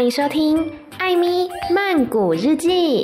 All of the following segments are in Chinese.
欢迎收听艾咪曼谷日记。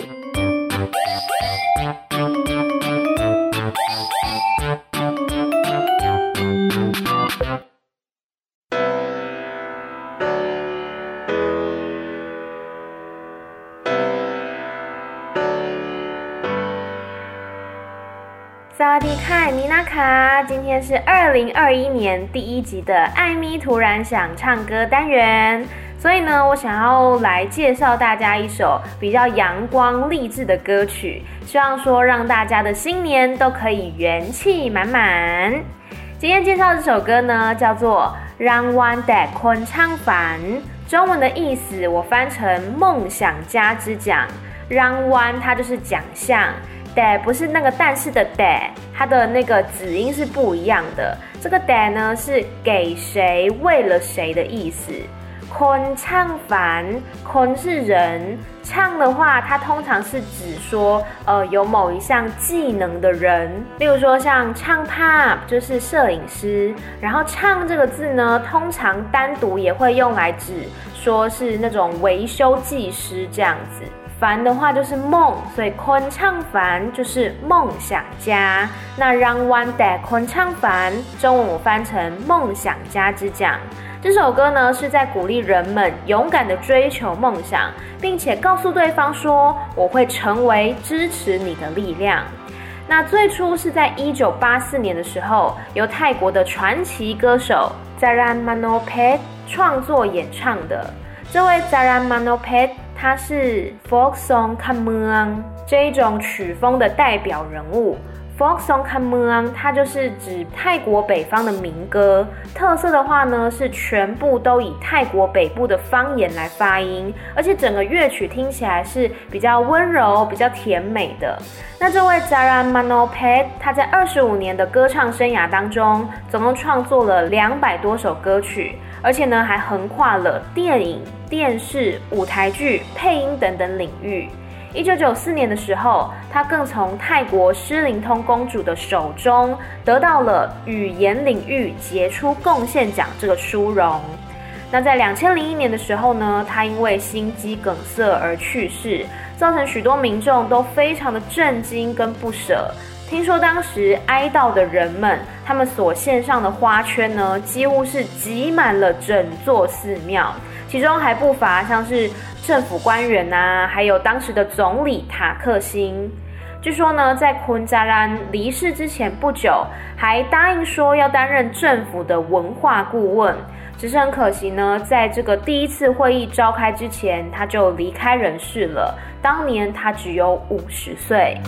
萨瓦迪卡，米娜卡，今天是2021年第1集的艾咪突然想唱歌单元，所以呢，我想要来介绍大家一首比较阳光励志的歌曲，希望说让大家的新年都可以元气满满。今天介绍这首歌呢，叫做《让湾的昆唱凡》，中文的意思我翻成梦想家之奖。让湾它就是奖项。不是那个但是的它的那个子音是不一样的。这个呢是给谁为了谁的意思。坤唱凡，坤是人，唱的话它通常是指说有某一项技能的人，例如说像唱 pop 就是摄影师，然后唱这个字呢通常单独也会用来指说是那种维修技师这样子。凡的话就是梦，所以昆唱凡就是梦想家。那让湾的昆唱凡，中文我翻成梦想家之奖。这首歌呢是在鼓励人们勇敢的追求梦想，并且告诉对方说我会成为支持你的力量。那最初是在1984年的时候，由泰国的传奇歌手 Zaran Manopet 创作演唱的。这位 Zaran Manopet他是 Folk Song Kamuang 这一种曲风的代表人物。Folk Song Kamuang 它就是指泰国北方的民歌，特色的话呢是全部都以泰国北部的方言来发音，而且整个乐曲听起来是比较温柔、比较甜美的。那这位 Zaran Manopet 他在25年的歌唱生涯当中，总共创作了200多首歌曲，而且呢还横跨了电影、电视、舞台剧、配音等等领域。1994年的时候，他更从泰国诗灵通公主的手中得到了语言领域杰出贡献奖这个殊荣。那在2001年的时候呢，他因为心肌梗塞而去世，造成许多民众都非常的震惊跟不舍。听说当时哀悼的人们，他们所献上的花圈呢，几乎是挤满了整座寺庙，其中还不乏像是政府官员啊，还有当时的总理塔克辛。据说呢，在昆扎兰离世之前不久，还答应说要担任政府的文化顾问。只是很可惜呢，在这个第一次会议召开之前，他就离开人世了。当年他只有50岁。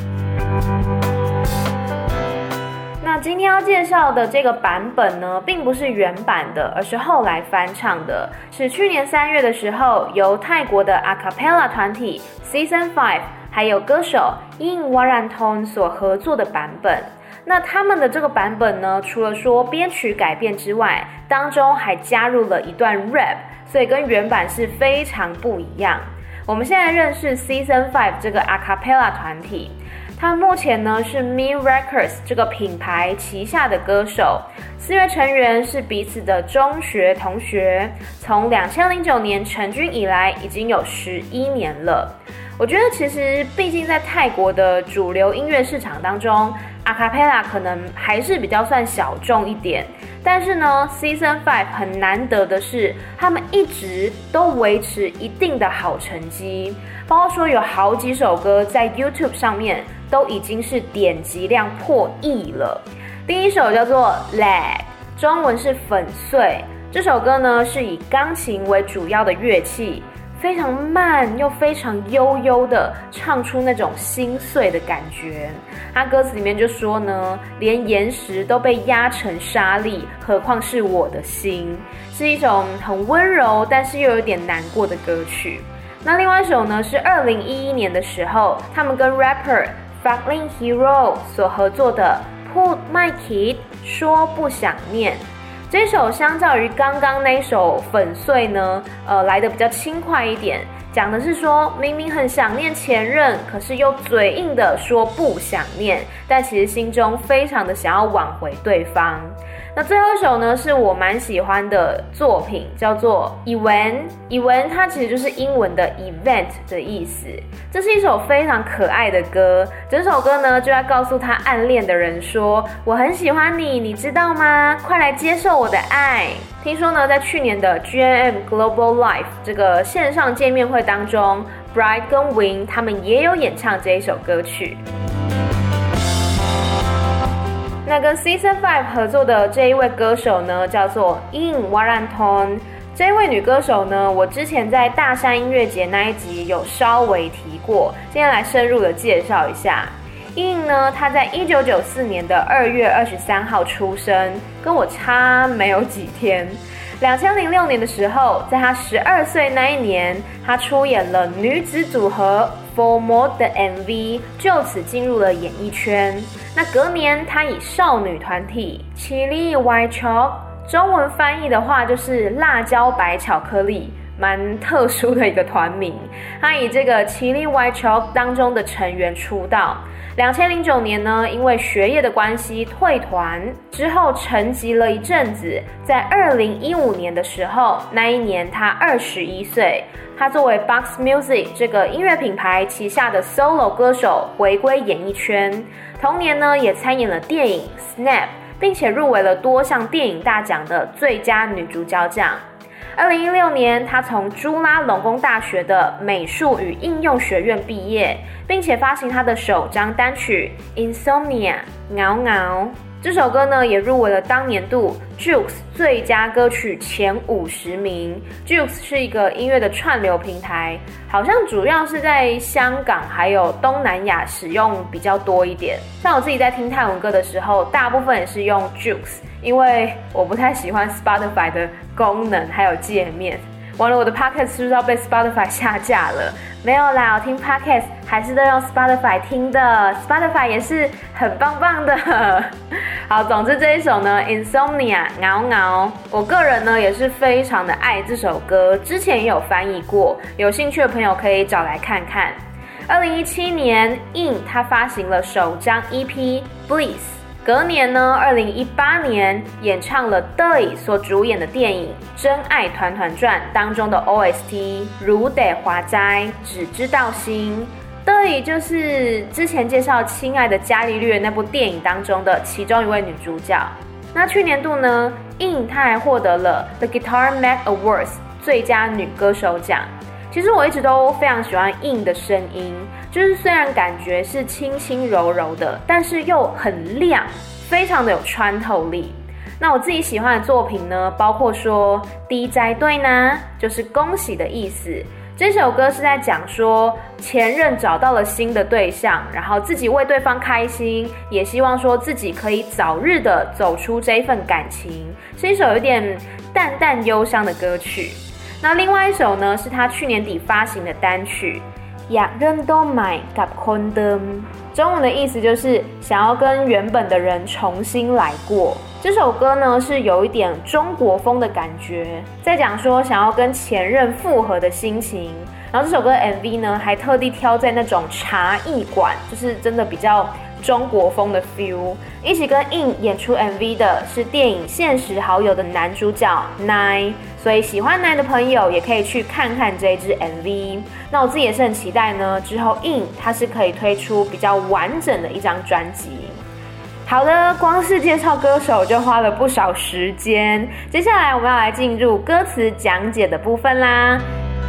那今天要介绍的这个版本呢，并不是原版的，而是后来翻唱的，是去年3月的时候由泰国的 a cappella 团体 Season 5还有歌手 Yin Waranton 所合作的版本。那他们的这个版本呢，除了说编曲改变之外，当中还加入了一段 rap， 所以跟原版是非常不一样。我们现在认识 Season 5这个 a cappella 团体，他们目前呢是 Me Records 这个品牌旗下的歌手，4位成员是彼此的中学同学，从2009年成军以来已经有11年了。我觉得其实毕竟在泰国的主流音乐市场当中，a cappella 可能还是比较算小众一点，但是呢 Season 5很难得的是，他们一直都维持一定的好成绩，包括说有好几首歌在 YouTube 上面都已经是点击量破亿了。第一首叫做 Lag， 中文是粉碎。这首歌呢是以钢琴为主要的乐器，非常慢又非常悠悠的唱出那种心碎的感觉。他歌词里面就说呢，连岩石都被压成沙粒，何况是我的心，是一种很温柔但是又有点难过的歌曲。那另外一首呢是2011年的时候，他们跟 rapper Franklin Hero 所合作的 Put My Kid 说不想念。这首相较于刚刚那首粉碎呢，来得比较轻快一点，讲的是说明明很想念前任，可是又嘴硬的说不想念，但其实心中非常的想要挽回对方。 那最后一首呢，是我蛮喜欢的作品，叫做 Event。它其实就是英文的 event 的意思。这是一首非常可爱的歌，整首歌呢就在告诉他暗恋的人说，我很喜欢你，你知道吗？快来接受我的爱。听说呢，在去年的 GMM Global Live 这个线上见面会当中， Bright 跟 Win 他们也有演唱这一首歌曲。那跟 Season 5合作的这一位歌手呢，叫做 In Waranton。这一位女歌手呢，我之前在大山音乐节那一集有稍微提过，今天来深入的介绍一下。In 呢，她在1994年的2月23号出生，跟我差没有几天。2006年的时候，在她12岁那一年，她出演了女子组合 For More 的 MV， 就此进入了演艺圈。那隔年，她以少女团体 Chili White Chalk， 中文翻译的话就是辣椒白巧克力，蛮特殊的一个团名。她以这个 Chili White Chalk 当中的成员出道。2009年呢，因为学业的关系退团，之后沉寂了一阵子。在2015年的时候，那一年他21岁，他作为 Box Music 这个音乐品牌旗下的 solo 歌手回归演艺圈。同年呢，也参演了电影 Snap， 并且入围了多项电影大奖的最佳女主角奖。2016年，他从朱拉隆功大学的美术与应用学院毕业，并且发行他的首张单曲 Insomnia 熬熬。这首歌呢，也入围了当年度 Joox 最佳歌曲前50名。Joox 是一个音乐的串流平台，好像主要是在香港还有东南亚使用比较多一点。像我自己在听泰文歌的时候，大部分也是用 Joox， 因为我不太喜欢 Spotify 的功能还有界面。完了，我的 Podcast 是不是要被 Spotify 下架了？没有啦，我听 Podcast 还是都用 Spotify 听的， Spotify 也是很棒棒的。好，总之这一首呢 Insomnia 熬熬，我个人呢也是非常的爱这首歌，之前也有翻译过，有兴趣的朋友可以找来看看。2017年 In 他发行了首张 EP Bliss，隔年呢，2018年演唱了 Dee 所主演的电影《真爱团团转》当中的 OST 如得华斋，只知道心。Dee 就是之前介绍《亲爱的伽利略》那部电影当中的其中一位女主角。那去年度呢 ，In 她还获得了 The Guitar Mag Awards 最佳女歌手奖。其实我一直都非常喜欢 In 的声音，就是虽然感觉是轻轻柔柔的，但是又很亮，非常的有穿透力。那我自己喜欢的作品呢，包括说第一斋对呢，就是恭喜的意思。这首歌是在讲说前任找到了新的对象，然后自己为对方开心，也希望说自己可以早日的走出这一份感情，是一首有点淡淡忧伤的歌曲。那另外一首呢，是他去年底发行的单曲อยากเริ่มต้นใหม่กับคนเดิม，中文的意思就是想要跟原本的人重新来过。这首歌呢是有一点中国风的感觉，在讲说想要跟前任复合的心情。然后这首歌的 MV 呢还特地挑在那种茶艺馆，就是真的比较中国风的 feel。一起跟 In 演出 MV 的是电影《现实好友》的男主角 Nine， 所以喜欢 Nine 的朋友也可以去看看这一支 MV。那我自己也是很期待呢，之后 In 它是可以推出比较完整的一张专辑。好的，光是介绍歌手就花了不少时间，接下来我们要来进入歌词讲解的部分啦。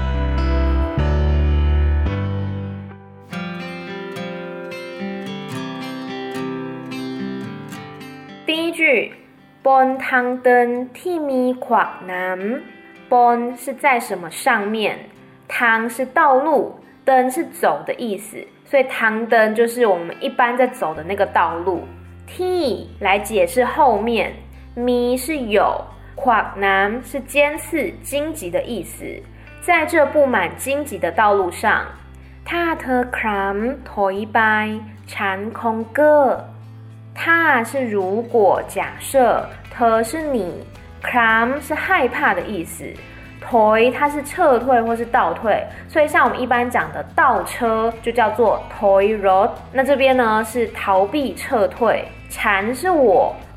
第一句 บนทางเดินที่มีขวากน้ำ บน是在什么上面，ทาง是道路，灯是走的意思，所以ทางเดิน就是我们一般在走的那个道路。ที่来解释后面，มี是有，ขวากน้ำ是尖刺荆棘的意思。在这布满荆棘的道路上，ถ้าเธอคลำถอยไปฉันคงเก้อ。他是如果假设，เธ是你，คลำ是害怕的意思，ถอย它是撤退或是倒退，所以像我们一般讲的倒车就叫做ถอยรถ。那这边呢是逃避撤退，ฉัน是我，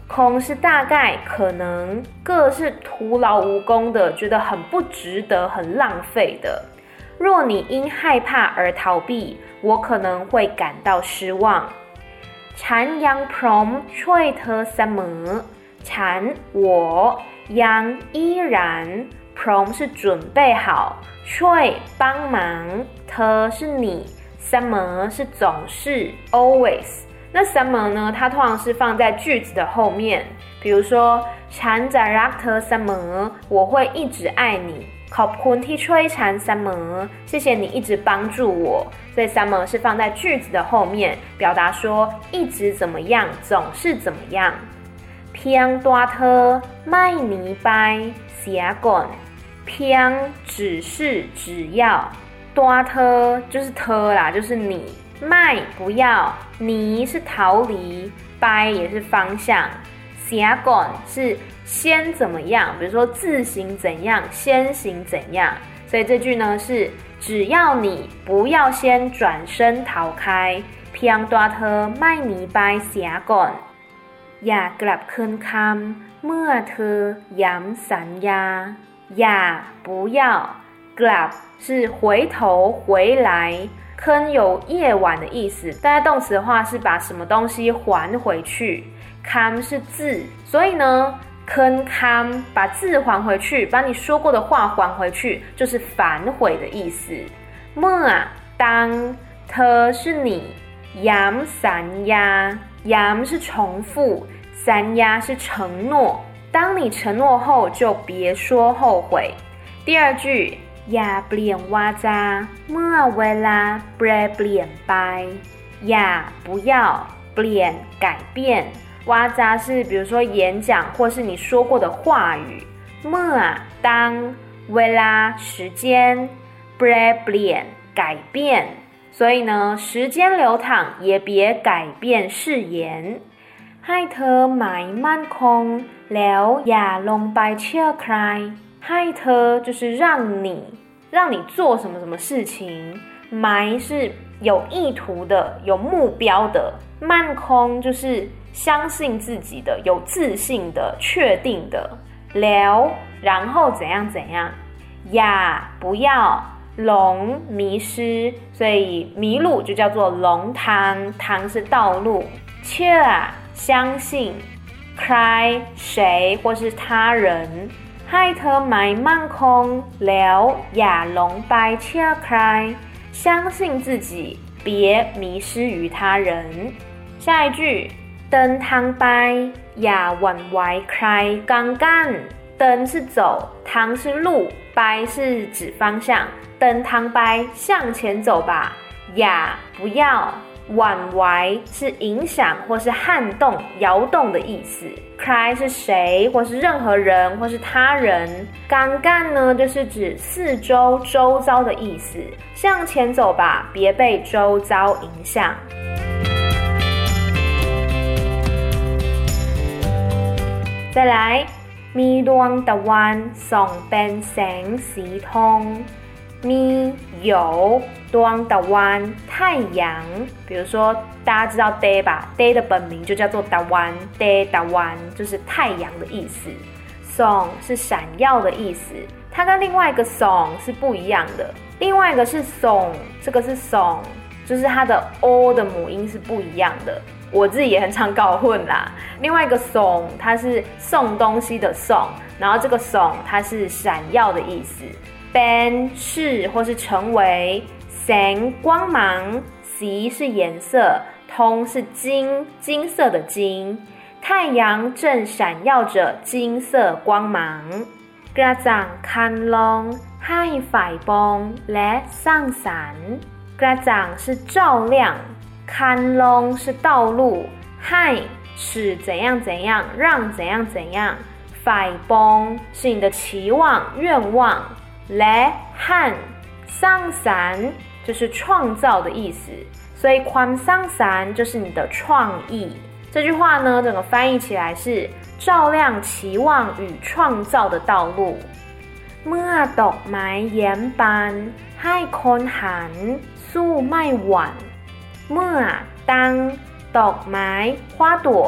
空是大概可能，个是徒劳无功的，觉得很不值得，很浪费的。若你因害怕而逃避，我可能会感到失望。ฉันยังพร้อมช่วยเธอเสมอฉัน我ยัง依然พร้อม是准备好，ช่วย帮忙，เธอ是你，เสมอ是总是 always。那เสมอ呢，它通常是放在句子的后面，比如说ฉันจะรักเธอเสมอ，我会一直爱你。ขอบคุณที่ช่วยฉันเสมอ，谢谢你一直帮助我。所以เสมอ是放在句子的后面，表达说一直怎么样，总是怎么样。เพียงตัวเธอไม่หนีไปเสียก่อนเพียง只是只要ตัวเธอ就是เธอ啦，就是你。ไม่不要，หนี是逃离，ไป也是方向，เสียก่อน是先怎么样，比如说自行怎样，先行怎样。所以这句呢是只要你不要先转身逃开เพียงตัวเธอไม่หนีไปเสียก่อนอย่ากลับคืนคำเมื่อเธอย้ำสัญญาอย่า不要กลับ是回头回来，坑有夜晚的意思，但在动词的话是把什么东西还回去，คำ是字，所以呢坑คำ把字还回去，把你说过的话还回去，就是反悔的意思。เมื่อ当เธอ是你ย้ำสัญญาย้ำ是重复，สัญญา是承诺，当你承诺后就别说后悔。第二句อย่าเปลี่ยนวาจาเมื่อเวลาแปรเปลี่ยนไปอย่า不要เปลี่ยน改变，วาจา是比如说演讲或是你说过的话语。เมื่อ当เวลา时间แปรเปลี่ยน改变，所以呢时间流淌也别改变誓言。ให้เธอหมายมั่นคงแล้วอย่าลงไปเชื่อใครให้เธอ就是让你做什么什么事情，หมาย是有意图的，有目标的，มั่นคง就是相信自己的，有自信的，确定的。แล้ว然后怎样怎样，อย่า不要หลง迷失，所以迷路就叫做หลงทาง，ทาง是道路。เชื่อ相信，ใคร谁或是他人。ให้เธอหมายมั่นคงแล้วอย่าหลงไปเชื่อใคร相信自己别迷失于他人。下一句เดินทางไปอย่าหวั่นไหวใครกังกั้นเดิน是走，ทาง是路，ไป是指方向，เดินทางไป向前走吧，อย่า不要หวั่นไหว是影响或是撼动摇动的意思，ใคร是谁或是任何人或是他人，กังกั้น呢就是指四周周遭的意思，向前走吧，别被周遭影响。再来มีดวงตะวันส่องเป็นแสงสีทองมี有ดวงตะวัน太阳，比如说大家知道 day 吧， day 的本名就叫做ตะวัน day ตะวัน就是太阳的意思，ส่อง是闪耀的意思，它跟另外一个ส่อง是不一样的，另外一个是ส่ง，这个是ส่ง，就是它的 o 的母音是不一样的，我自己也很常搞混啦。另外一个ส่ง它是送东西的送，然后这个ส่ง它是闪耀的意思，เป็น是或是成为，แสง光芒，สี是颜色，通是金色的金，太阳正闪耀着金色光芒。กระจ่างคันลองให้ฝ่ายปองและสร้างสรรค์กระจ่าง是照亮，คันลอง是道路，ให้使怎样怎样，让怎样怎样，ฝ่ายปอง是你的期望愿望，และ和สร้างสรรค์就是创造的意思，所以ความสร้างสรรค์就是你的创意。这句话呢整个翻译起来是照亮期望与创造的道路。เมื่อดอกไม้แย้มบานให้คนหันสู้ไม่หวั่นเมื่อ当ดอกไม้花朵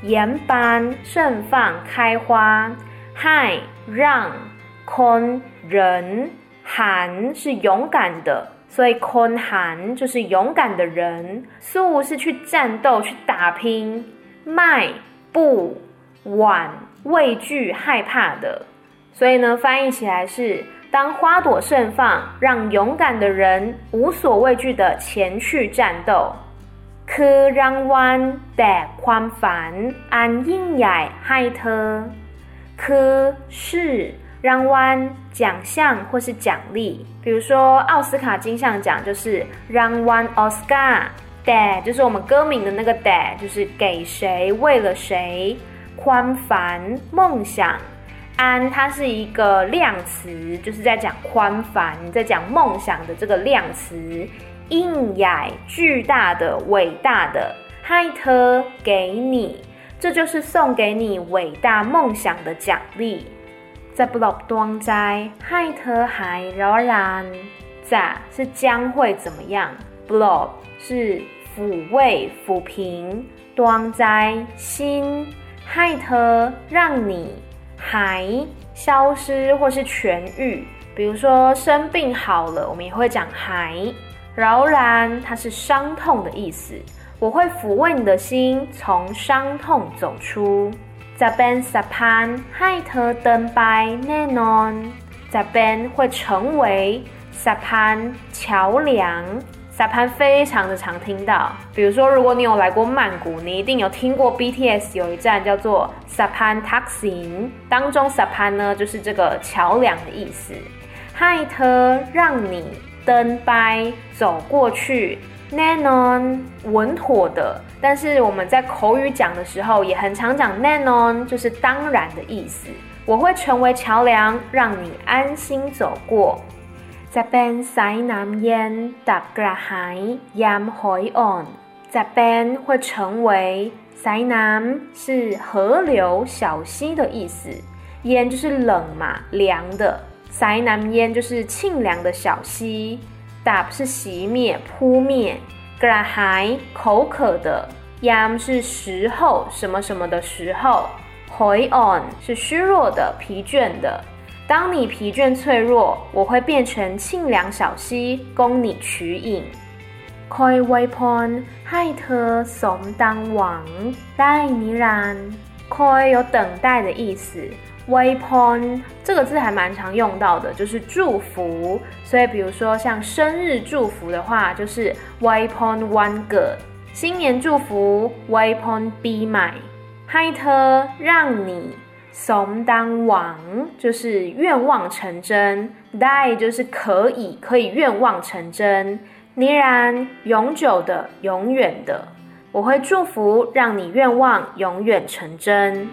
延斑盛放开花，ให้让คน人韩是勇敢的，所以คน韩就是勇敢的人，สู้是去战斗去打拼，ไม่不晚畏惧害怕的，所以呢翻译起来是当花朵盛放，让勇敢的人无所畏惧的前去战斗。คือรางวัลแต่ความฝันอันยิ่งใหญ่ให้เธอคือ是รางวัล奖项或是奖励，比如说奥斯卡金像奖就是รางวัลออสการ์，แต่就是我们歌名的那个แต่，就是给谁为了谁，ความฝัน梦想，安它是一个量词，就是在讲宽繁，在讲梦想的这个量词。ยิ่งใหญ่巨大的伟大的，ให้เธอ给你，这就是送给你伟大梦想的奖励。จะปลอบดวงใจให้เธอหายร้อนรานจะ是将会怎么样，ปลอบ是抚慰抚平，ดวงใจ心，ให้เธอ让你หาย消失或是痊愈，比如说生病好了，我们也会讲หาย。饶然它是伤痛的意思，我会抚慰你的心，从伤痛走出。จะเป็นสะพานให้เธอเดินไปแน่นอนจะเป็น会成为สะพาน桥梁，สะพาน非常的常听到，比如说如果你有来过曼谷，你一定有听过 BTS 有一站叫做สะพานทักษิณ，当中สะพาน呢就是这个桥梁的意思。ให้เธอ让你登ไป走过去，แน่นอน稳妥的，但是我们在口语讲的时候也很常讲แน่นอน，就是当然的意思。我会成为桥梁，让你安心走过。จะเป็นสายน้ำเย็นดับกระหายยามหอยอ่อนจะเป็น会成为สายน้ำ是河流小溪的意思，烟就是冷嘛凉的，สายน้ำเย็น就是沁凉的小溪，ดับ是熄灭扑灭，กระหาย口渴的，ยาม是时候什么什么的时候，หอยอ่อน是虚弱的疲倦的。当你疲倦脆弱，我会变成沁凉小溪，供你取饮。คอยอวยพรให้เธอสมดังหวังได้นิรันดร์คอย有等待的意思，อวยพร这个字还蛮常用到的，就是祝福。所以比如说像生日祝福的话，就是อวยพรวันเกิด，新年祝福อวยพรปีใหม่，ให้เธอ让你สมดังหวัง就是愿望成真，ได้就是可以愿望成真，นิรันดร์永久的永远的，我会祝福让你愿望永远成真。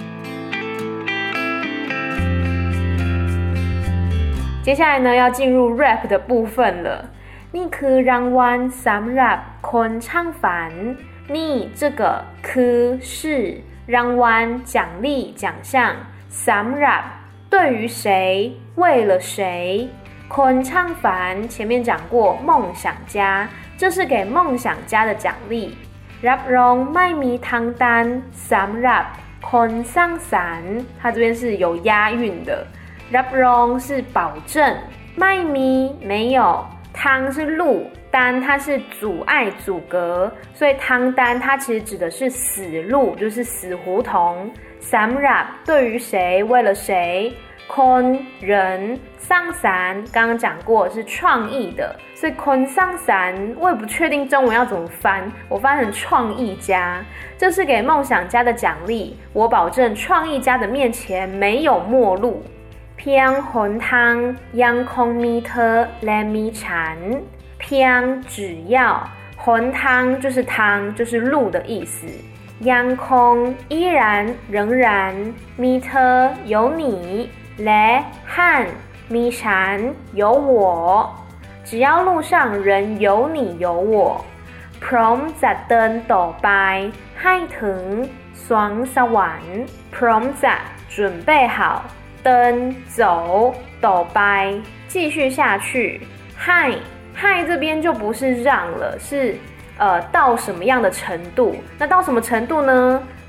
接下来呢要进入 rap 的部分了。นี่คือรางวัลสำหรับคนช่างฝันนี่这个คือ是รางวัล奖励奖项，สำหรับ对于谁为了谁，คนช่างฝัน前面讲过梦想家，这是给梦想家的奖励。รับรองไม่มีทางตันสำหรับคนสร้างสรรค์，它这边是有押韵的。รับรอง是保证，ไม่มี没有，ทาง是路，单它是阻碍阻隔，所以ทางตัน它其实指的是死路，就是死胡同。สำหรับ对于谁为了谁，คน人สร้างสรรค์刚刚讲过是创意的，所以คนสร้างสรรค์我也不确定中文要怎么翻，我翻成创意家，这是给梦想家的奖励，我保证创意家的面前没有末路。เพียงหนทางยังคงมีเธอและมีฉัน，偏只要，หนทาง就是ทาง就是路的意思，ยังคง依然仍然，มีเธอ有你，และ和มีฉัน有我，只要路上仍有你有我，พร้อมจะเดินต่อไปให้ถึงสวงสวรรค์พร้อมจะ准备好登走ต่อไป继续下去，嗨这边就不是让了，是到什么样的程度，那到什么程度呢？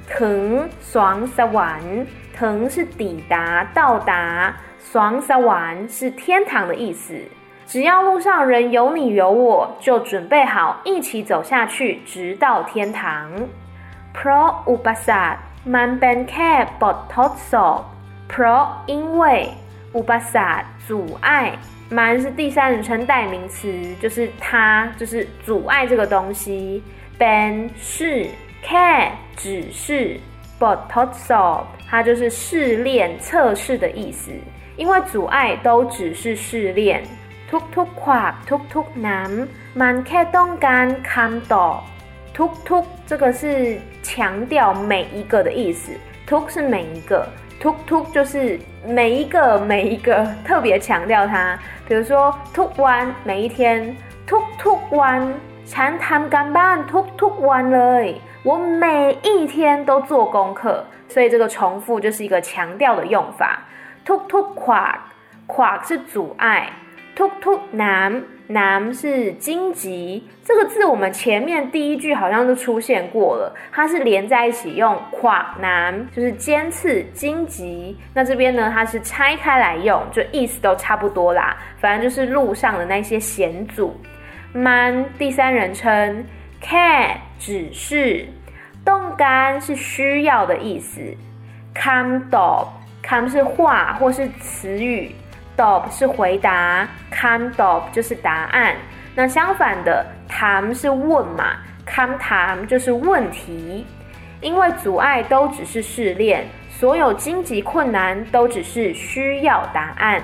ถึงสวงสวรรค์ถึง是抵达到达สวงสวรรค์是天堂的意思。只要路上人有你有我，就准备好一起走下去，直到天堂。เพราะอุปสรรคมันเป็นแค่บททดสอบเพราะ因为อุปสรรค阻碍มัน是第三人称代名词，就是它，就是阻碍这个东西。เป็น是แค่只是บททดสอบ它就是试炼测试的意思，因为阻碍都只是试炼。ทุกๆขวากทุกๆน้ำมันแค่ต้องการคำตอบทุก这个是强调每一个的意思，ทุ是每一个，ทุก就是每一个特别强调它。比如说ทุกวัน每一天ทุกวันฉันทำการบ้านทุกวันเลย我每一天都做功课，所以这个重复就是一个强调的用法。ทุกขวากขวาก是阻碍，ทุกน้是荆棘，这个字我们前面第一句好像都出现过了，它是连在一起用ขวากน้就是尖刺荆棘，那这边呢它是拆开来用，就意思都差不多啦，反正就是路上的那些险阻。มัน第三人称，แค่只是，ต้องการ是需要的意思，คำตอบคำ是话或是词语，ตอบ是回答，คำตอบ就是答案。那相反的，ถาม是问嘛，คำถาม就是问题。因为阻碍都只是试炼，所有荆棘困难都只是需要答案。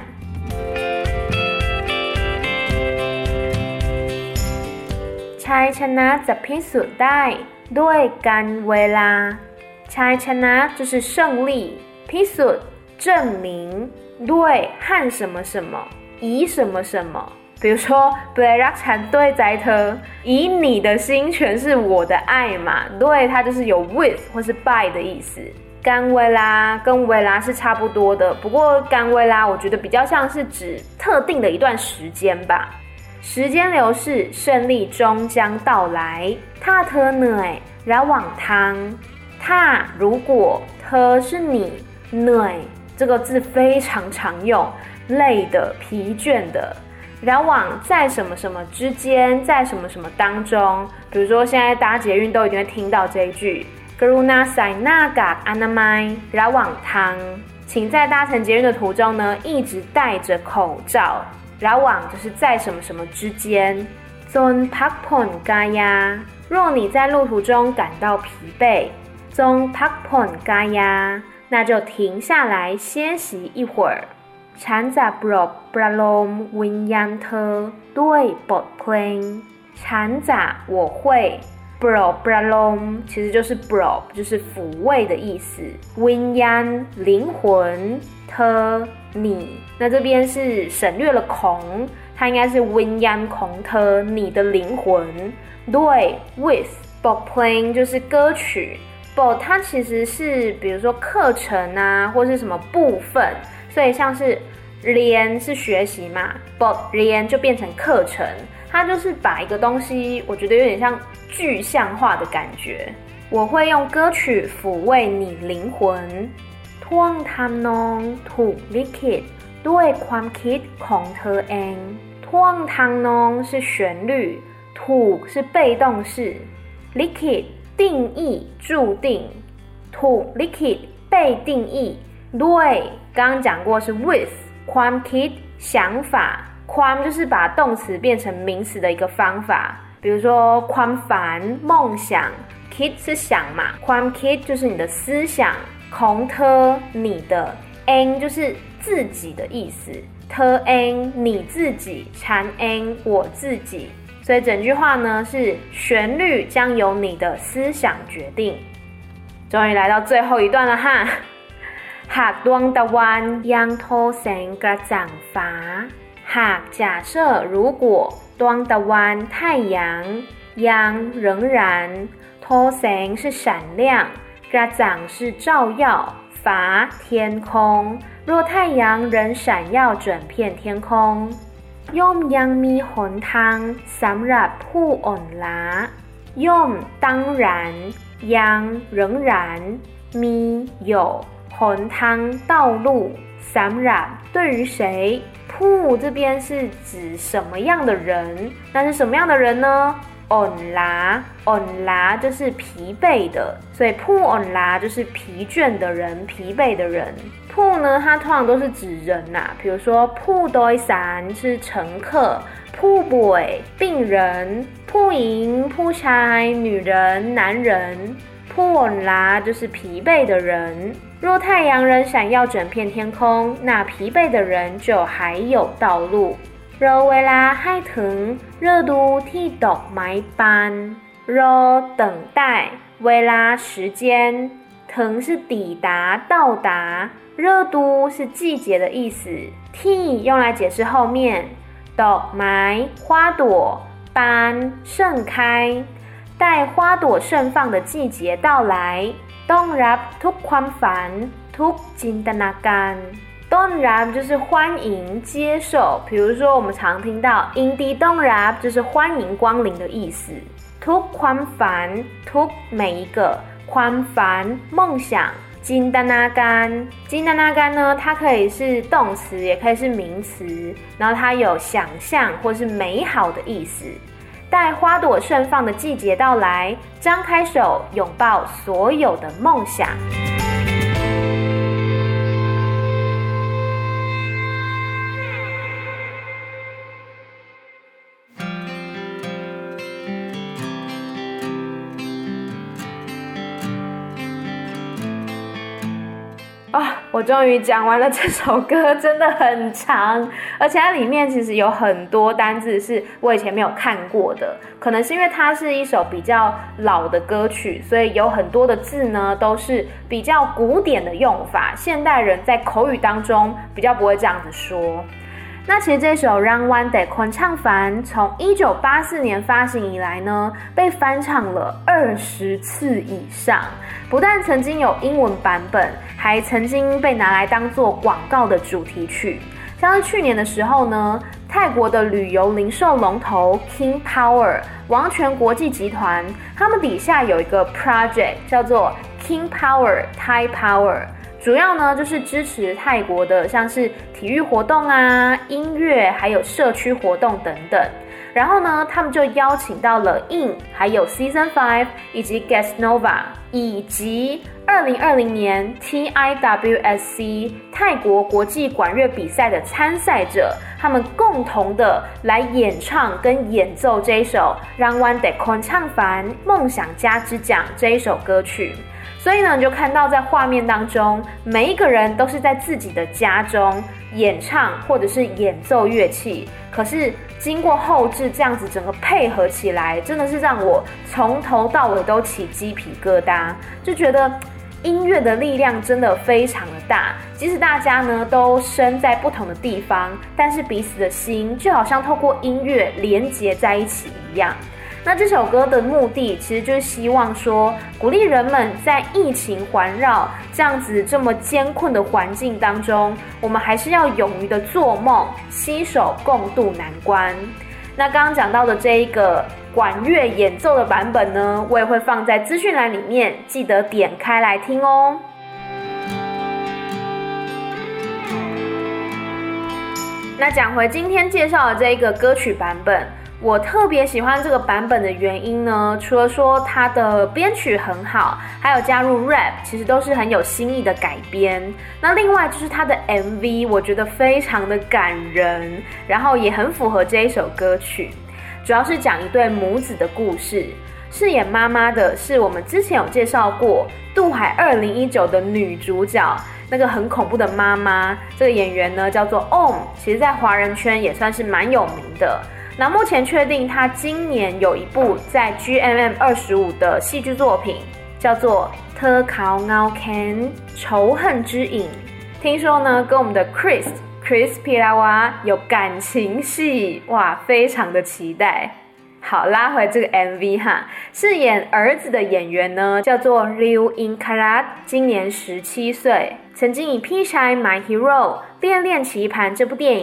ชัยชนะจะพิสูจน์ได้ด้วยการเวลาชัยชนะ就是胜利，พิสูจน์证明，ด้วย和什么什么，以什么什么。比如说對รักฉันด้วยใจเธอ，以你的心诠释我的爱嘛，對它就是有 with 或是 by 的意思。การเวลา跟เวลา是差不多的，不过การเวลา我觉得比较像是指特定的一段时间吧。时间流逝，胜利终将到来。ถ้าเธอเหนื่อยระหว่างทางถ้า如果เธอ是你เหนื่อย这个字非常常用，累的疲倦的。然往在什么什么之间，在什么什么当中，比如说现在搭捷运都一定会听到这一句 Garunaใส่หน้ากากอนามัยระหว่างทาง请在搭乘捷运的途中呢一直戴着口罩，ระหว่าง就是在什么什么之间。จงพักผ่อนกายา若你在路途中感到疲惫จงพักผ่อนกายา那就停下来歇息一会儿。ฉันจะปลอบประโลมวิญญาณเธอด้วยบทเพลงฉันจะ我会ปลอบประโลม其实就是ปลอบ就是抚慰的意思，วิญญาณ灵魂，เธอ你，那这边是省略了ของ它应该是วิญญาณของเธอ你的灵魂，ด้วย with บทเพลง就是歌曲，บท它其实是比如说课程啊或是什么部分，所以像是เรียน是学习嘛，บทเรียน就变成课程，它就是把一个东西我觉得有点像具象化的感觉。我会用歌曲抚慰你灵魂ท่วงทำนองถูกลิขิตด้วยความคิดของเธอเองท่วงทำนอง是旋律，ถูก是被动式，ลิขิต定义注定，ถูกลิขิต被定义ด้วย刚刚讲过是 with ความคิด想法，ความ就是把动词变成名词的一个方法，比如说ความฝัน梦想，คิด是想嘛，ความคิด就是你的思想，ของเธอ你的 เอง就是自己的意思，เธอเอง你自己，ฉันเอง我自己，所以整句话呢是旋律将由你的思想决定。终于来到最后一段了哈。หากดวงตะวันยังโทแสงกระจ่างฟ้าหาก假设如果ดวงตะวัน太阳ยัง仍然โทแสง是闪亮，กระจ่าง是照耀，ฟ้า天空，若太阳仍闪耀整片天空ย่อมยังมีหนทางสำหรับผู้อ่อนล้าย่อม当然ยัง仍然มี有หนทาง道路สำหรับ对于谁ผู้这边是指什么样的人，那是什么样的人呢？อ่อนล้就是疲惫的，所以ผู้อ่อนล้就是疲倦的人，疲惫的人。ผู้呢，它通常都是指人比如说ผู้โดยสาร是乘客，ผู้ป่วย病人，ผู้หญิงผู้ชาย女人男人，ผู้อ่อนล้就是疲惫的人。若太阳仍闪耀整片天空，那疲惫的人就还有道路。รอเวลาให้ถึงฤดูที่ดอกไม้บานรอ等待เวลา时间ถึง是抵达到达热都是季节的意思 ที่用来解释后面ดอกไม้花朵บาน盛开待花朵盛放的季节到来ต้อนรับทุกความฝันทุกจินตนาการต้อนรับ就是欢迎接受，比如说我们常听到ยินดีต้อนรับ就是欢迎光临的意思。ทุกความฝันทุก每一个ความฝัน梦想จินตนาการจินตนาการ呢，它可以是动词也可以是名词，然后它有想象或是美好的意思。待花朵盛放的季节到来，张开手拥抱所有的梦想。我终于讲完了这首歌，真的很长，而且它里面其实有很多单字是我以前没有看过的，可能是因为它是一首比较老的歌曲，所以有很多的字呢都是比较古典的用法，现代人在口语当中比较不会这样子说。那其实这首《让湾得昆唱凡》从1984年发行以来呢，被翻唱了20次以上，不但曾经有英文版本，还曾经被拿来当作广告的主题曲。像是去年的时候呢，泰国的旅游零售龙头 King Power 王权国际集团，他们底下有一个 project 叫做 King Power Thai Power，主要呢就是支持泰国的像是体育活动音乐还有社区活动等等。然后呢，他们就邀请到了 IN 还有 Season 5以及 Guest Nova 以及2020年 TIWSC 泰国国际管乐比赛的参赛者，他们共同的来演唱跟演奏这一首《让湾得昆唱凡梦想家之奖》这一首歌曲。所以呢，你就看到在画面当中，每一个人都是在自己的家中演唱或者是演奏乐器，可是经过后制这样子整个配合起来，真的是让我从头到尾都起鸡皮疙瘩，就觉得音乐的力量真的非常的大，即使大家呢都身在不同的地方，但是彼此的心就好像透过音乐连结在一起一样。那这首歌的目的其实就是希望说，鼓励人们在疫情环绕这样子这么艰困的环境当中，我们还是要勇于的做梦，携手共度难关。那刚刚讲到的这一个管乐演奏的版本呢，我也会放在资讯栏里面，记得点开来听哦。那讲回今天介绍的这一个歌曲版本，我特别喜欢这个版本的原因呢，除了说它的编曲很好，还有加入 rap， 其实都是很有新意的改编。那另外就是它的 MV， 我觉得非常的感人，然后也很符合这一首歌曲。主要是讲一对母子的故事，饰演妈妈的是我们之前有介绍过渡海2019的女主角，那个很恐怖的妈妈。这个演员呢叫做 OM， 其实在华人圈也算是蛮有名的。那目前确定他今年有一部在 GMM25 的戏剧作品，叫做《特考熬 Can 仇恨之影》。听说呢跟我们的 Chris Pilawa 有感情戏，哇，非常的期待。好，拉回这个 MV 哈，饰演儿子的演员呢叫做 Ryu Inkarat， 今年17岁，曾经以《P Shine My Hero》恋恋棋盘这部电影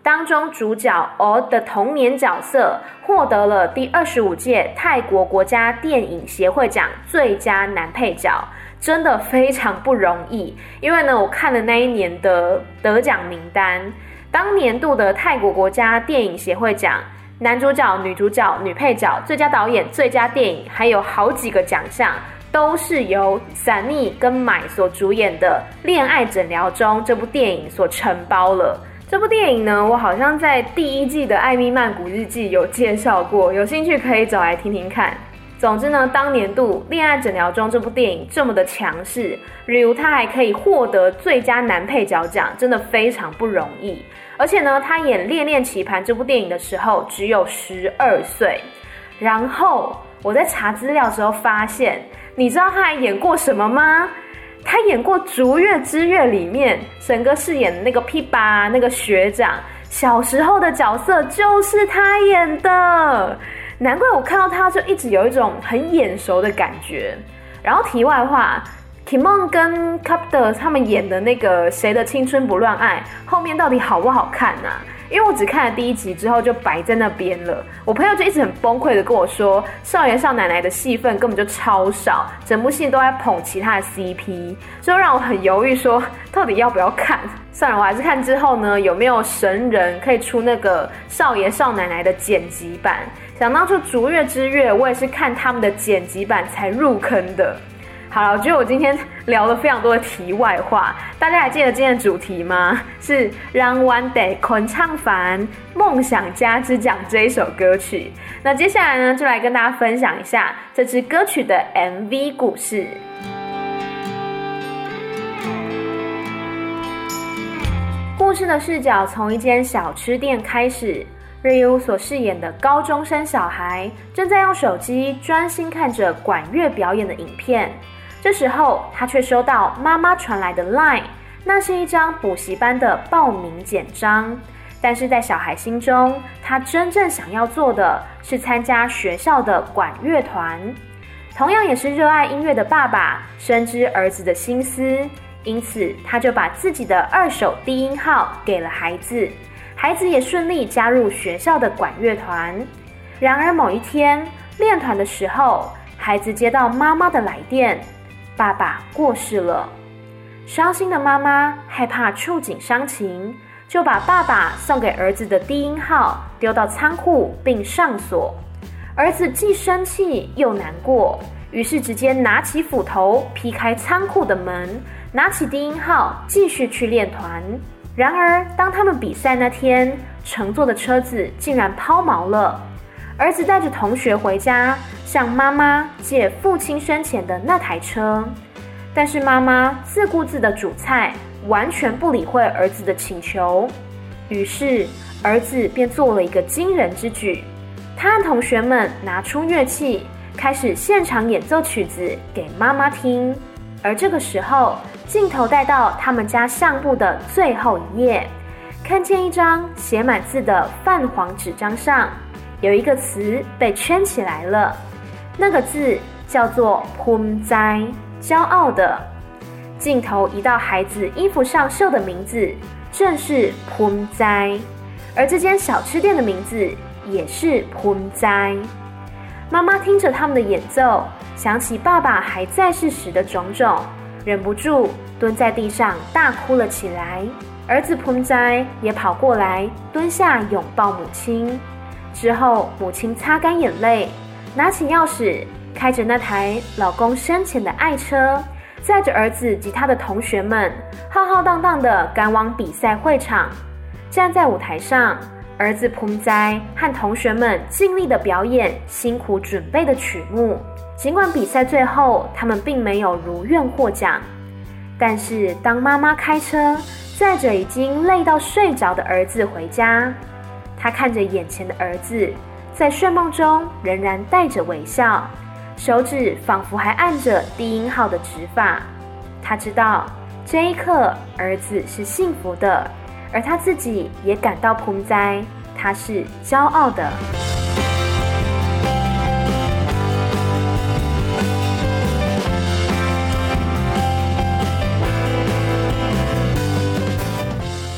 当中主角的童年角色获得了第25届泰国国家电影协会奖最佳男配角，真的非常不容易。因为呢，我看了那一年的得奖名单，当年度的泰国国家电影协会奖，男主角、女主角、女配角、最佳导演、最佳电影，还有好几个奖项，都是由Sunny跟买所主演的《恋爱诊疗中》这部电影所承包了。这部电影呢，我好像在第1季的《艾咪曼谷日记》有介绍过，有兴趣可以找来听听看。总之呢，当年度《恋爱诊疗中》这部电影这么的强势，例如他还可以获得最佳男配角奖，真的非常不容易。而且呢，他演《恋恋棋盘》这部电影的时候只有12岁。然后我在查资料的时候发现，你知道他还演过什么吗？他演过《逐月之月》里面沈哥饰演的那个 Piba 那个学长，小时候的角色就是他演的。难怪我看到他就一直有一种很眼熟的感觉。然后题外话， Kimon 跟 Kapter 他们演的那个谁的青春不乱爱后面到底好不好看啊？因为我只看了第1集之后就摆在那边了。我朋友就一直很崩溃的跟我说，少爷少奶奶的戏份根本就超少，整部戏都在捧其他的 CP， 就让我很犹豫说到底要不要看。算了，我还是看之后呢，有没有神人可以出那个少爷少奶奶的剪辑版。想当初《逐月之月》，我也是看他们的剪辑版才入坑的。好了，我觉得我今天聊了非常多的题外话，大家还记得今天的主题吗？是让湾得昆唱凡梦想家之奖这一首歌曲。那接下来呢，就来跟大家分享一下这支歌曲的 MV 故事。故事的视角从一间小吃店开始。Ryu 所饰演的高中生小孩正在用手机专心看着管乐表演的影片，这时候他却收到妈妈传来的 LINE， 那是一张补习班的报名简章。但是在小孩心中，他真正想要做的是参加学校的管乐团。同样也是热爱音乐的爸爸深知儿子的心思，因此他就把自己的2手低音号给了孩子，孩子也顺利加入学校的管乐团。然而某一天练团的时候，孩子接到妈妈的来电，爸爸过世了。伤心的妈妈害怕触景伤情，就把爸爸送给儿子的低音号丢到仓库并上锁。儿子既生气又难过，于是直接拿起斧头劈开仓库的门，拿起低音号继续去练团。然而当他们比赛那天，乘坐的车子竟然抛锚了。儿子带着同学回家，向妈妈借父亲生前的那台车，但是妈妈自顾自的煮菜，完全不理会儿子的请求。于是儿子便做了一个惊人之举，他和同学们拿出乐器，开始现场演奏曲子给妈妈听。而这个时候，镜头带到他们家相簿的最后一页，看见一张写满字的泛黄纸张上，有一个词被圈起来了，那个字叫做พุ่哉，骄傲的。镜头移到孩子衣服上绣的名字，正是พุ่哉，而这间小吃店的名字也是พุ่哉。妈妈听着他们的演奏，想起爸爸还在世时的种种，忍不住蹲在地上大哭了起来。儿子พุ่哉也跑过来蹲下拥抱母亲。之后母亲擦干眼泪，拿起钥匙，开着那台老公生前的爱车，载着儿子及他的同学们浩浩荡荡地赶往比赛会场。站在舞台上，儿子พุ่哉和同学们尽力的表演辛苦准备的曲目。尽管比赛最后他们并没有如愿获奖，但是当妈妈开车载着已经累到睡着的儿子回家，她看着眼前的儿子，在睡梦中仍然带着微笑，手指仿佛还按着低音号的指法。她知道这一刻儿子是幸福的，而她自己也感到พุ่哉，她是骄傲的。最后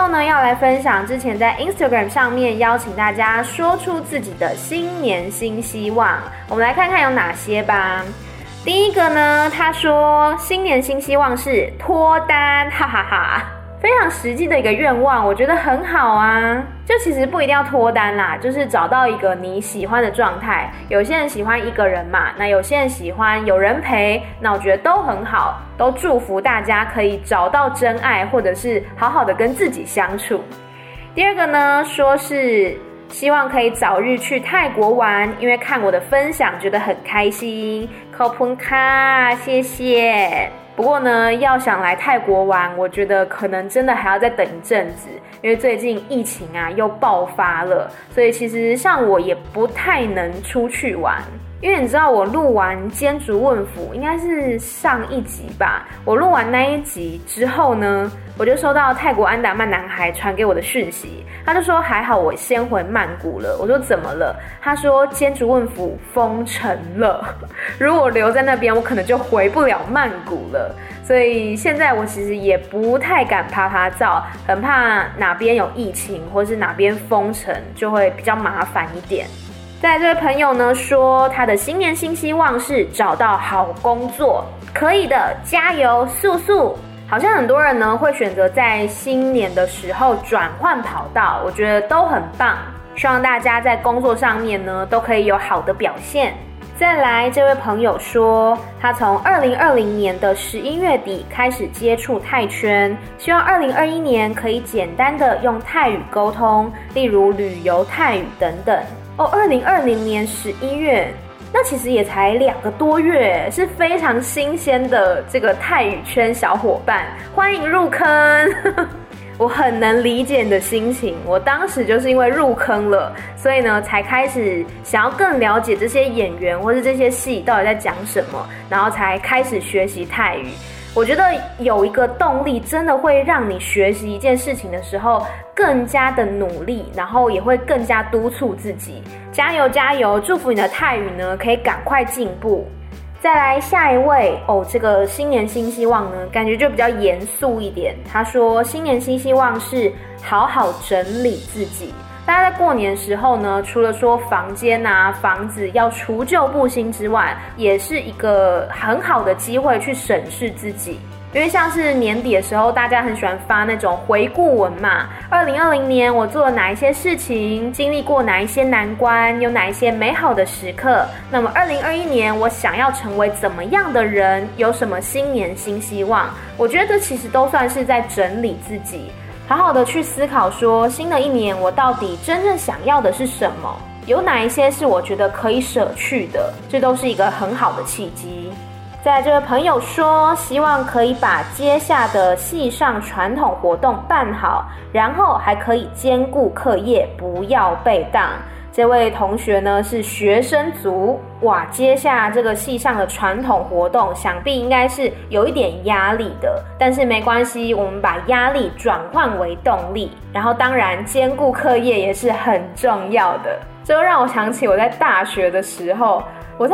后呢，要来分享之前在 Instagram 上面邀请大家说出自己的新年新希望，我们来看看有哪些吧。第一个呢，他说新年新希望是脱单，哈哈哈，非常实际的一个愿望，我觉得很好啊。就其实不一定要脱单啦，就是找到一个你喜欢的状态。有些人喜欢一个人嘛，那有些人喜欢有人陪，那我觉得都很好，都祝福大家可以找到真爱，或者是好好的跟自己相处。第二个呢，说是希望可以早日去泰国玩，因为看我的分享觉得很开心。ขอบคุณค่ะ，谢谢。不过呢，要想来泰国玩，我觉得可能真的还要再等一阵子，因为最近疫情啊又爆发了，所以其实像我也不太能出去玩。因为你知道我录完煎煮问府应该是上一集吧，我录完那一集之后呢，我就收到泰国安达曼男孩传给我的讯息，他就说还好我先回曼谷了。我说怎么了？他说煎煮问府封城了，如果留在那边我可能就回不了曼谷了，所以现在我其实也不太敢拍照，很怕哪边有疫情或是哪边封城就会比较麻烦一点。再来这位朋友呢说他的新年新希望是找到好工作，可以的，加油，速速。好像很多人呢会选择在新年的时候转换跑道，我觉得都很棒，希望大家在工作上面呢都可以有好的表现。再来这位朋友说他从2020年的11月底开始接触泰圈，希望2021年可以简单的用泰语沟通，例如旅游泰语等等。2020年11月，那其实也才2个多月，是非常新鲜的这个泰语圈小伙伴，欢迎入坑。我很能理解你的心情，我当时就是因为入坑了，所以呢才开始想要更了解这些演员或是这些戏到底在讲什么，然后才开始学习泰语。我觉得有一个动力真的会让你学习一件事情的时候更加的努力，然后也会更加督促自己，加油加油，祝福你的泰语呢可以赶快进步。再来下一位这个新年新希望呢感觉就比较严肃一点，他说新年新希望是好好整理自己。大家在过年时候呢，除了说房间啊、房子要除旧布新之外，也是一个很好的机会去审视自己。因为像是年底的时候，大家很喜欢发那种回顾文嘛，2020年我做了哪一些事情，经历过哪一些难关，有哪一些美好的时刻，那么2021年我想要成为怎么样的人，有什么新年新希望。我觉得这其实都算是在整理自己，好好的去思考说新的一年我到底真正想要的是什么，有哪一些是我觉得可以舍去的，这都是一个很好的契机。再来这位朋友说希望可以把接下的系上传统活动办好，然后还可以兼顾课业，不要被当。这位同学呢是学生族，哇，接下这个系上的传统活动想必应该是有一点压力的，但是没关系，我们把压力转换为动力，然后当然兼顾课业也是很重要的。这让我想起我在大学的时候，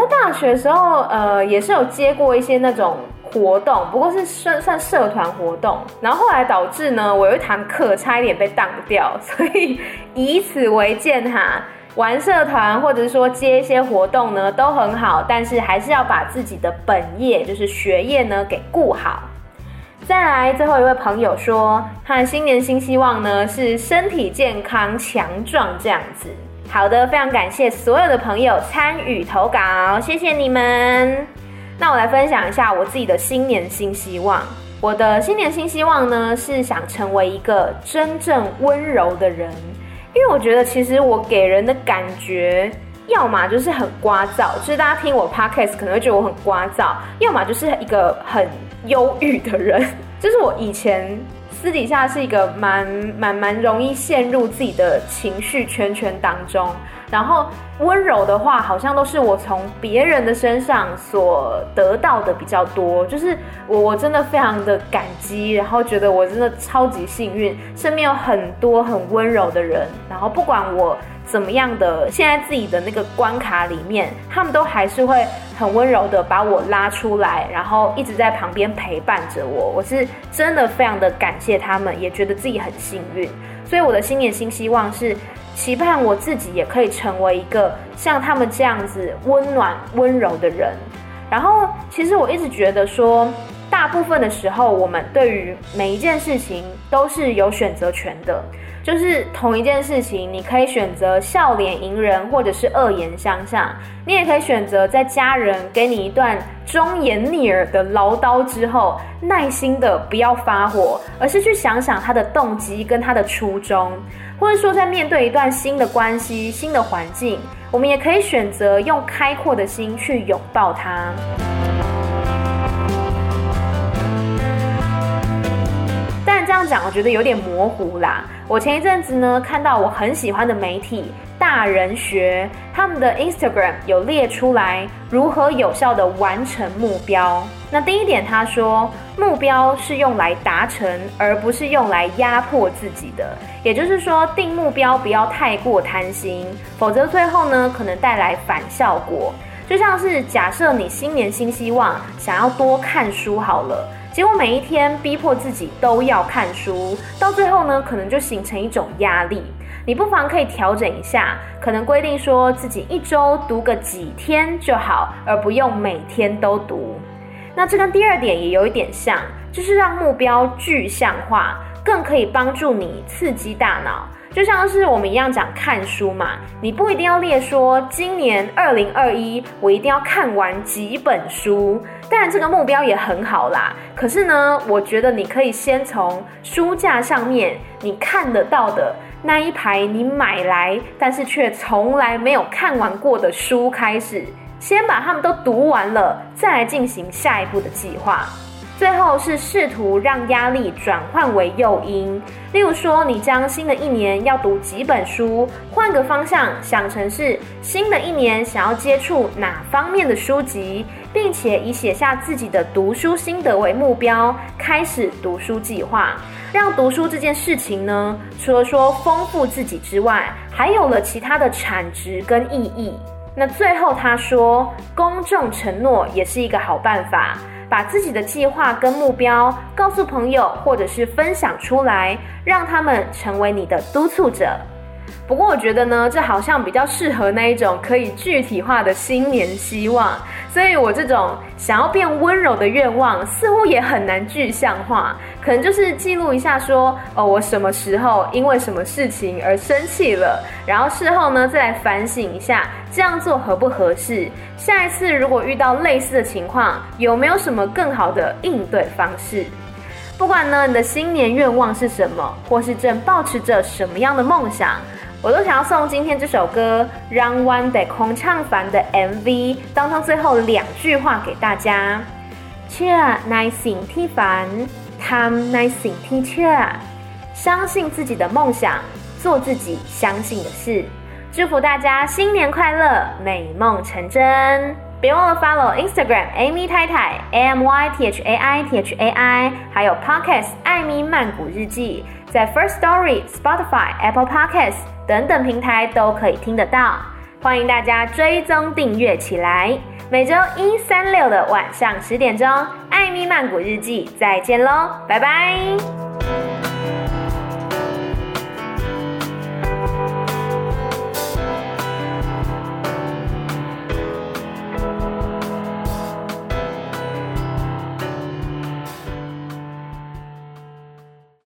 也是有接过一些那种活动，不过是算社团活动，然后后来导致呢我有一堂课差一点被当掉，所以以此为鉴哈，玩社团或者是说接一些活动呢都很好，但是还是要把自己的本业就是学业呢给顾好。再来最后一位朋友说他的新年新希望呢是身体健康强壮这样子。好的，非常感谢所有的朋友参与投稿，谢谢你们。那我来分享一下我自己的新年新希望。我的新年新希望呢是想成为一个真正温柔的人，因为我觉得其实我给人的感觉要么就是很聒噪，就是大家听我 podcast 可能会觉得我很聒噪，要么就是一个很忧郁的人。就是我以前私底下是一个蛮容易陷入自己的情绪圈当中，然后温柔的话好像都是我从别人的身上所得到的比较多，就是我真的非常的感激，然后觉得我真的超级幸运，身边有很多很温柔的人，然后不管我怎么样的现在自己的那个关卡里面，他们都还是会很温柔的把我拉出来，然后一直在旁边陪伴着我。我是真的非常的感谢他们，也觉得自己很幸运。所以我的新年新希望是期盼我自己也可以成为一个像他们这样子温暖温柔的人。然后其实我一直觉得说，大部分的时候我们对于每一件事情都是有选择权的，就是同一件事情你可以选择笑脸迎人，或者是恶言相向，你也可以选择在家人给你一段忠言逆耳的唠叨之后，耐心的不要发火，而是去想想他的动机跟他的初衷。或者说在面对一段新的关系、新的环境，我们也可以选择用开阔的心去拥抱它。但这样讲我觉得有点模糊啦。我前一阵子呢看到我很喜欢的媒体大人学，他们的 Instagram 有列出来如何有效的完成目标。那第一点他说，目标是用来达成，而不是用来压迫自己的。也就是说，定目标不要太过贪心，否则最后呢可能带来反效果。就像是假设你新年新希望想要多看书好了，结果每一天逼迫自己都要看书，到最后呢可能就形成一种压力。你不妨可以调整一下，可能规定说自己一周读个几天就好，而不用每天都读。那这跟第二点也有一点像，就是让目标具象化，更可以帮助你刺激大脑。就像是我们一样讲看书嘛，你不一定要列说今年2021我一定要看完几本书，当然这个目标也很好啦。可是呢，我觉得你可以先从书架上面你看得到的那一排你买来但是却从来没有看完过的书开始，先把它们都读完了，再来进行下一步的计划。最后是试图让压力转换为诱因，例如说你将新的一年要读几本书，换个方向想成是新的一年想要接触哪方面的书籍，并且以写下自己的读书心得为目标，开始读书计划。让读书这件事情呢，除了说丰富自己之外，还有了其他的产值跟意义。那最后他说，公众承诺也是一个好办法，把自己的计划跟目标告诉朋友，或者是分享出来，让他们成为你的督促者。不过我觉得呢，这好像比较适合那一种可以具体化的新年希望，所以我这种想要变温柔的愿望似乎也很难具象化，可能就是记录一下说，我什么时候因为什么事情而生气了，然后事后呢再来反省一下这样做合不合适，下一次如果遇到类似的情况，有没有什么更好的应对方式。不管呢你的新年愿望是什么，或是正抱持着什么样的梦想，我都想要送今天这首歌《让弯的空唱烦》的 MV 当中最后2句话给大家。เชื่อในสิ่งที่ฝันทำในสิ่งที่เชื่อ相信自己的梦想，做自己相信的事。祝福大家新年快乐，美梦成真。别忘了 follow Instagram Amy 太太 AMYTHAITHAI， 还有 Podcast 艾咪曼谷日记，在 First Story、Spotify、Apple Podcasts 等等平台都可以听得到，欢迎大家追踪订阅起来。每周1、3、6的晚上10点钟，艾咪曼谷日记再见喽，拜拜。